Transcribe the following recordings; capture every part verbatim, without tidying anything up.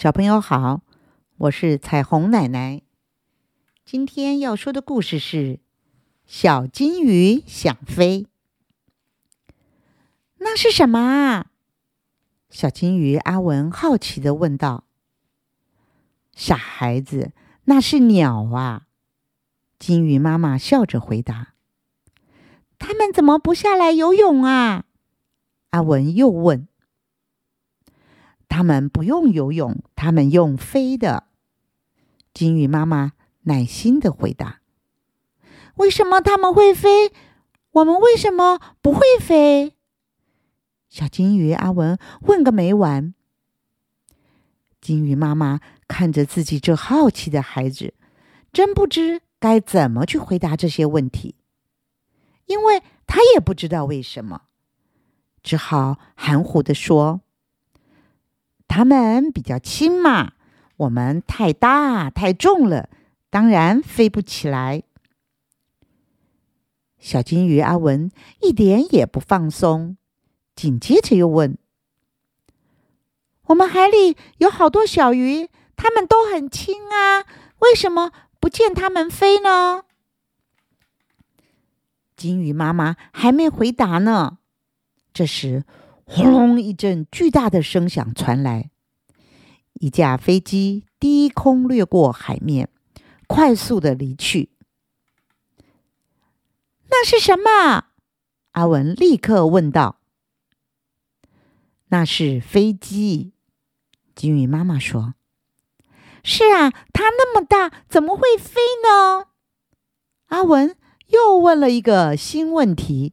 小朋友好，我是彩虹奶奶。今天要说的故事是小金鱼想飞。那是什么啊？小金鱼阿文好奇地问道。傻孩子，那是鸟啊！金鱼妈妈笑着回答。他们怎么不下来游泳啊？阿文又问。他们不用游泳，他们用飞的。金鱼妈妈耐心地回答。为什么他们会飞？我们为什么不会飞？小金鱼阿文问个没完。金鱼妈妈看着自己这好奇的孩子，真不知该怎么去回答这些问题，因为她也不知道为什么，只好含糊地说，他们比较轻嘛，我们太大太重了，当然飞不起来。小金鱼阿文一点也不放松，紧接着又问，我们海里有好多小鱼，它们都很轻啊，为什么不见它们飞呢？金鱼妈妈还没回答呢，这时轰隆一阵巨大的声响传来，一架飞机低空掠过海面，快速地离去。那是什么？阿文立刻问道。那是飞机，金鱼妈妈说。是啊，它那么大，怎么会飞呢？阿文又问了一个新问题。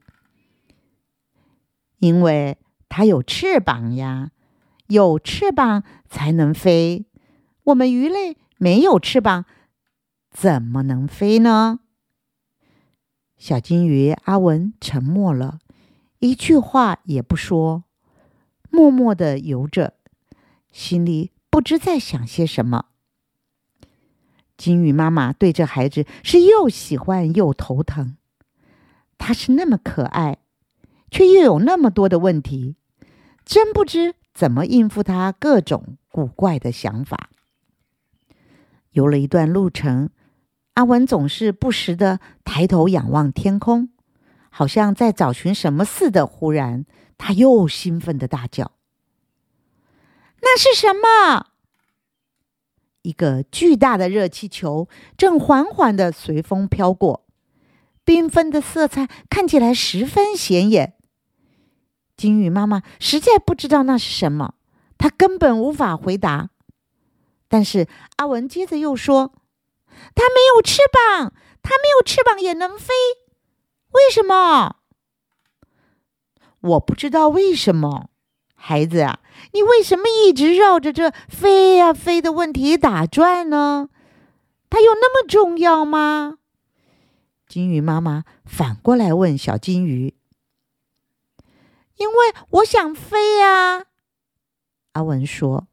因为它有翅膀呀，有翅膀才能飞。我们鱼类没有翅膀，怎么能飞呢？小金鱼阿文沉默了，一句话也不说，默默地游着，心里不知在想些什么。金鱼妈妈对这孩子是又喜欢又头疼，他是那么可爱，却又有那么多的问题，真不知怎么应付他各种古怪的想法。游了一段路程，阿文总是不时地抬头仰望天空，好像在找寻什么似的。忽然，他又兴奋地大叫：“那是什么？”一个巨大的热气球正缓缓地随风飘过，缤纷的色彩看起来十分显眼。金鱼妈妈实在不知道那是什么，她根本无法回答。但是阿文接着又说，它没有翅膀，它没有翅膀也能飞，为什么？我不知道为什么。孩子啊，你为什么一直绕着这飞呀飞的问题打转呢？它有那么重要吗？金鱼妈妈反过来问小金鱼。因为我想飞呀，阿文说。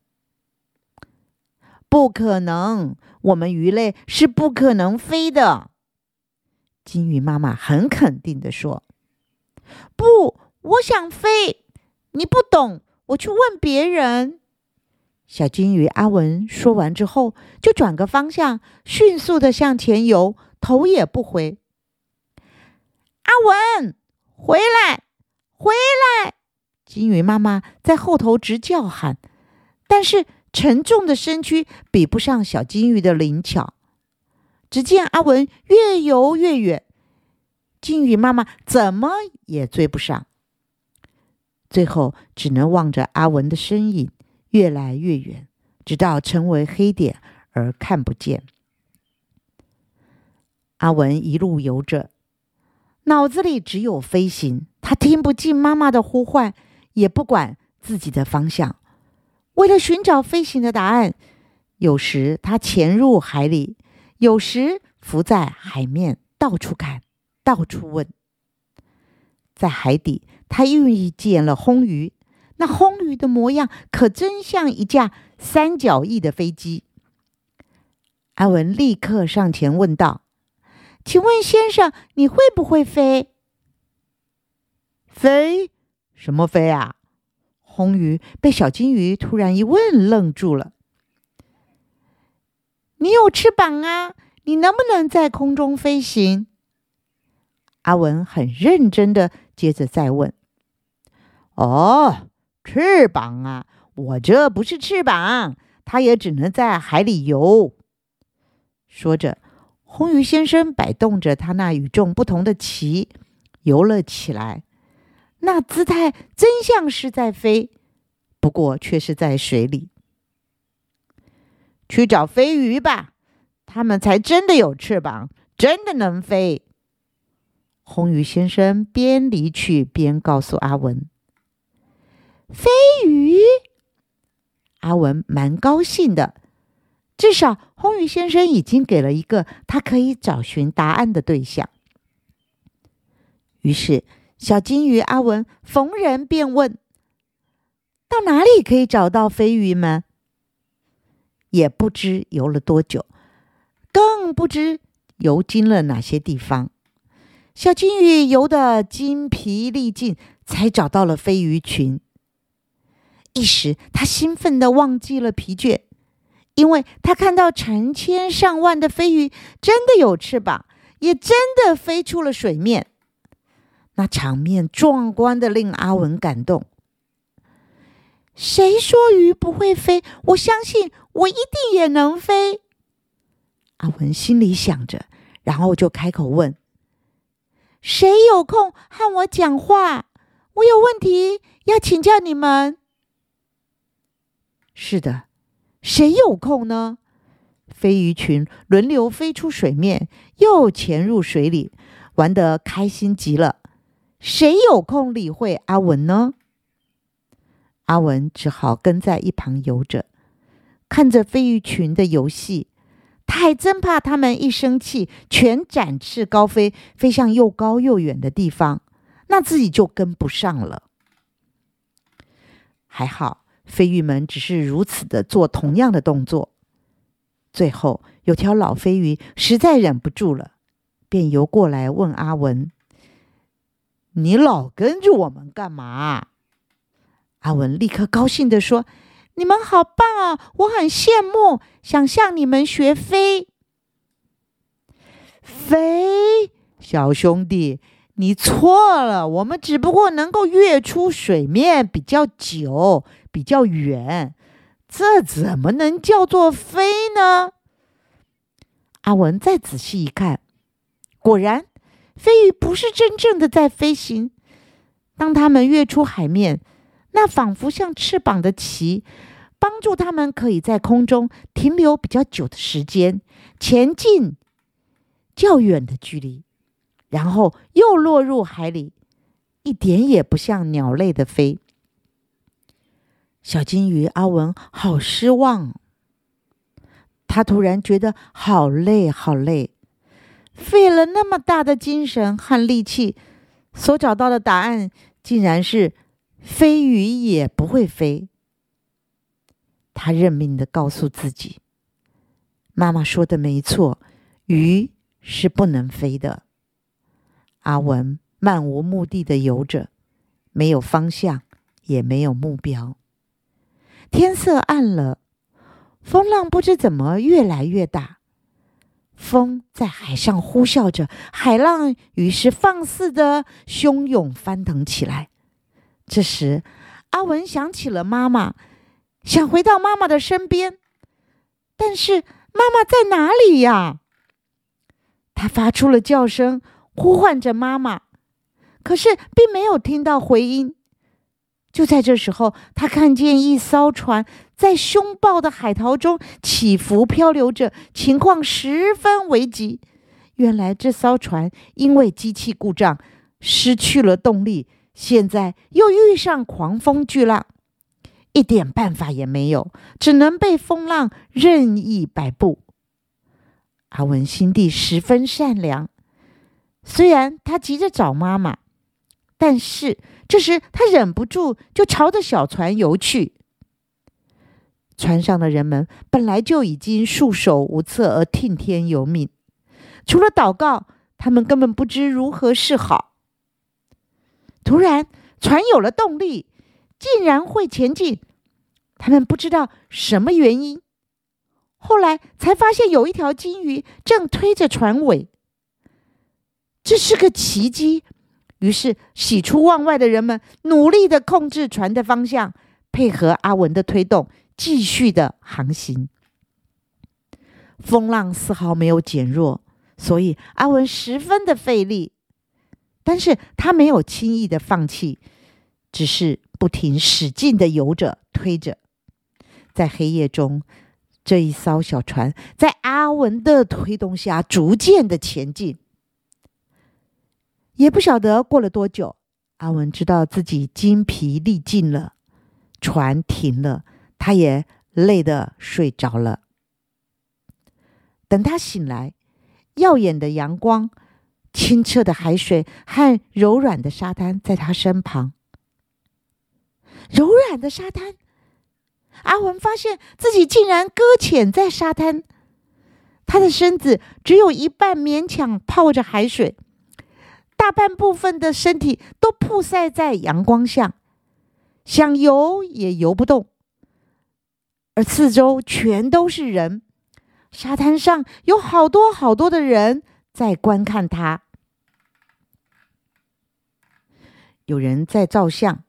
不可能，我们鱼类是不可能飞的。金鱼妈妈很肯定地说。不，我想飞，你不懂，我去问别人。小金鱼阿文说完之后，就转个方向，迅速地向前游，头也不回。阿文，回来，回来！金鱼妈妈在后头直叫喊，但是沉重的身躯比不上小金鱼的灵巧。只见阿文越游越远，金鱼妈妈怎么也追不上，最后只能望着阿文的身影越来越远，直到成为黑点而看不见。阿文一路游着，脑子里只有飞行，他听不进妈妈的呼唤，也不管自己的方向。为了寻找飞行的答案，有时他潜入海里，有时浮在海面，到处看，到处问。在海底，他遇见了红鱼，那红鱼的模样可真像一架三角翼的飞机。阿文立刻上前问道：“请问先生，你会不会飞？”“飞？什么飞啊？”红鱼被小金鱼突然一问愣住了。 你有翅膀啊，你能不能在空中飞行？阿文很认真的接着再问。哦，翅膀啊，我这不是翅膀，它也只能在海里游。说着，红鱼先生摆动着他那与众不同的鳍，游了起来。那姿态真像是在飞，不过却是在水里。去找飞鱼吧，它们才真的有翅膀，真的能飞。红鱼先生边离去边告诉阿文。飞鱼？阿文蛮高兴的，至少红鱼先生已经给了一个他可以找寻答案的对象。于是小金鱼阿文逢人便问，到哪里可以找到飞鱼们？也不知游了多久，更不知游经了哪些地方。小金鱼游得精疲力尽，才找到了飞鱼群。一时他兴奋地忘记了疲倦，因为他看到成千上万的飞鱼真的有翅膀，也真的飞出了水面。那场面壮观的令阿文感动。谁说鱼不会飞？我相信我一定也能飞。阿文心里想着，然后就开口问，谁有空和我讲话？我有问题要请教你们。是的，谁有空呢？飞鱼群轮流飞出水面，又潜入水里，玩得开心极了。谁有空理会阿文呢？阿文只好跟在一旁游着，看着飞鱼群的游戏。他还真怕他们一生气，全展翅高飞，飞向又高又远的地方，那自己就跟不上了。还好，飞鱼们只是如此的做同样的动作。最后，有条老飞鱼实在忍不住了，便游过来问阿文：“你老跟着我们干嘛？”阿文立刻高兴地说：“你们好棒啊！我很羡慕，想向你们学飞。”飞，小兄弟，你错了，我们只不过能够跃出水面比较久，比较远，这怎么能叫做飞呢？阿文再仔细一看，果然，飞鱼不是真正的在飞行。当它们跃出海面，那仿佛像翅膀的鳍，帮助它们可以在空中停留比较久的时间，前进较远的距离，然后又落入海里，一点也不像鸟类的飞。小金鱼阿文好失望，他突然觉得好累好累，费了那么大的精神和力气，所找到的答案竟然是飞鱼也不会飞。他认命地告诉自己，妈妈说的没错，鱼是不能飞的。阿文漫无目的地游着，没有方向，也没有目标。天色暗了，风浪不知怎么越来越大，风在海上呼啸着，海浪于是放肆地汹涌翻腾起来。这时，阿文想起了妈妈，想回到妈妈的身边，但是妈妈在哪里呀？他发出了叫声，呼唤着妈妈，可是并没有听到回音。就在这时候，他看见一艘船在凶暴的海涛中起伏漂流着，情况十分危急。原来这艘船因为机器故障失去了动力，现在又遇上狂风巨浪，一点办法也没有，只能被风浪任意摆布。阿文心地十分善良，虽然他急着找妈妈，但是这时他忍不住就朝着小船游去。船上的人们本来就已经束手无策而听天由命，除了祷告，他们根本不知如何是好。突然，船有了动力，竟然会前进。他们不知道什么原因， 后来才发现有一条金鱼正推着船尾，这是个奇迹。于是喜出望外的人们努力地控制船的方向，配合阿文的推动，继续的航行。风浪丝毫没有减弱，所以阿文十分的费力，但是他没有轻易的放弃，只是不停使劲的游着推着。在黑夜中，这一艘小船在阿文的推动下逐渐的前进。也不晓得过了多久，阿文知道自己精疲力尽了，船停了，他也累得睡着了。等他醒来，耀眼的阳光、清澈的海水和柔软的沙滩在他身旁。柔软的沙滩，阿文发现自己竟然搁浅在沙滩，他的身子只有一半勉强泡着海水，大半部分的身体都曝晒在阳光下，想游也游不动，而四周全都是人，沙滩上有好多好多的人在观看他。有人在照相，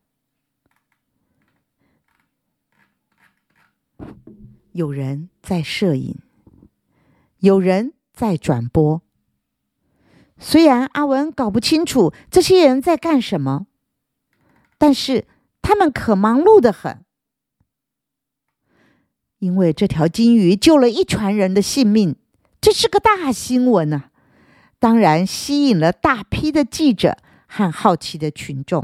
有人在摄影，有人在转播。虽然阿文搞不清楚这些人在干什么，但是他们可忙碌得很。因为这条金鱼救了一船人的性命，这是个大新闻啊！当然吸引了大批的记者和好奇的群众。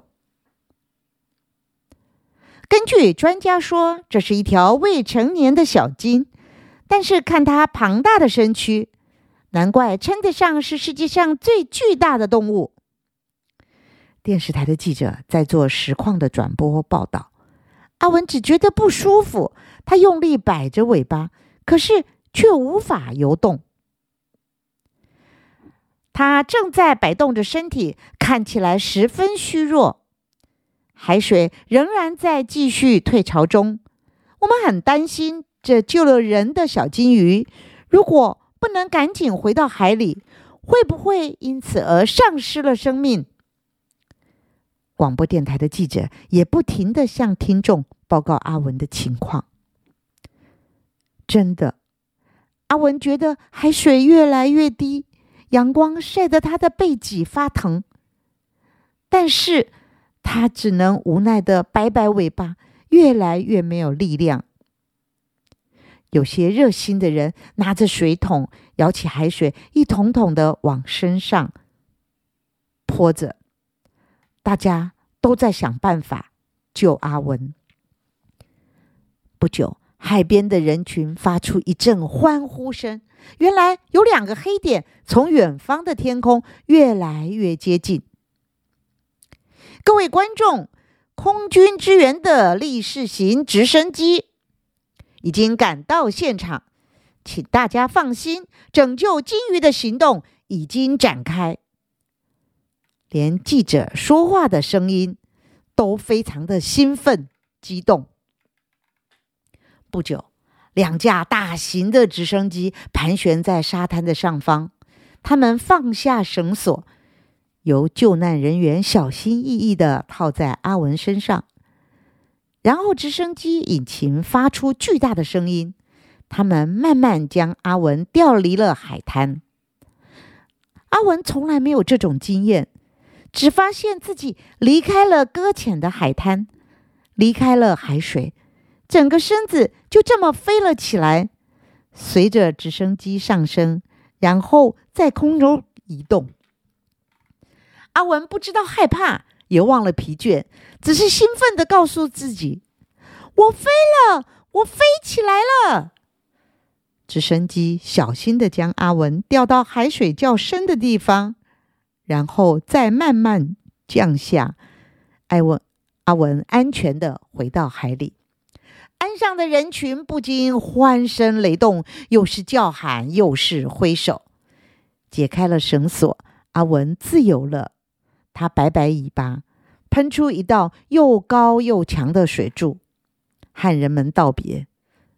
根据专家说，这是一条未成年的小鲸，但是看它庞大的身躯，难怪称得上是世界上最巨大的动物。电视台的记者在做实况的转播报道，阿文只觉得不舒服，他用力摆着尾巴，可是却无法游动。他正在摆动着身体，看起来十分虚弱。海水仍然在继续退潮中，我们很担心这救了人的小金鱼，如果不能赶紧回到海里，会不会因此而丧失了生命？广播电台的记者也不停地向听众报告阿文的情况。真的，阿文觉得海水越来越低，阳光晒得他的背脊发疼，但是他只能无奈地摆摆尾巴，越来越没有力量。有些热心的人拿着水桶，舀起海水，一桶桶的往身上泼着。大家都在想办法救阿文。不久，海边的人群发出一阵欢呼声，原来有两个黑点从远方的天空越来越接近。各位观众，空军支援的力士型直升机已经赶到现场，请大家放心，拯救金鱼的行动已经展开。连记者说话的声音都非常的兴奋激动。不久，两架大型的直升机盘旋在沙滩的上方，他们放下绳索，由救难人员小心翼翼地套在阿文身上，然后直升机引擎发出巨大的声音，他们慢慢将阿文调离了海滩。阿文从来没有这种经验，只发现自己离开了搁浅的海滩，离开了海水，整个身子就这么飞了起来，随着直升机上升，然后在空中移动。阿文不知道害怕，也忘了疲倦，只是兴奋地告诉自己：我飞了，我飞起来了。直升机小心地将阿文调到海水较深的地方，然后再慢慢降下。阿文阿文安全地回到海里。岸上的人群不禁欢声雷动，又是叫喊，又是挥手。解开了绳索，阿文自由了。他摆摆尾巴，喷出一道又高又强的水柱，和人们道别。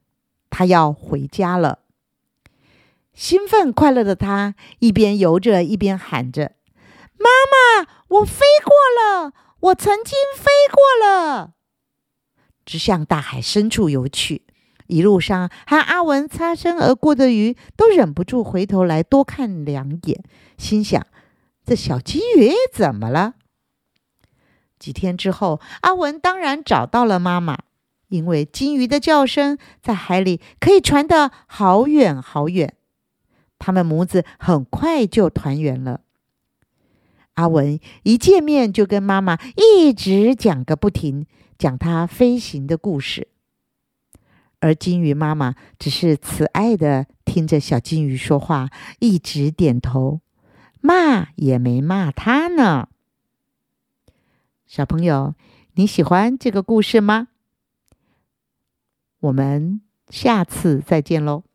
他要回家了。兴奋快乐的他一边游着一边喊着：妈妈，我飞过了，我曾经飞过了，直向大海深处游去。一路上和阿文擦身而过的鱼都忍不住回头来多看两眼，心想：这小金鱼怎么了？几天之后，阿文当然找到了妈妈，因为金鱼的叫声在海里可以传得好远好远。他们母子很快就团圆了。阿文一见面就跟妈妈一直讲个不停，讲他飞行的故事。而金鱼妈妈只是慈爱地听着小金鱼说话，一直点头，骂也没骂他呢。小朋友，你喜欢这个故事吗？我们下次再见喽。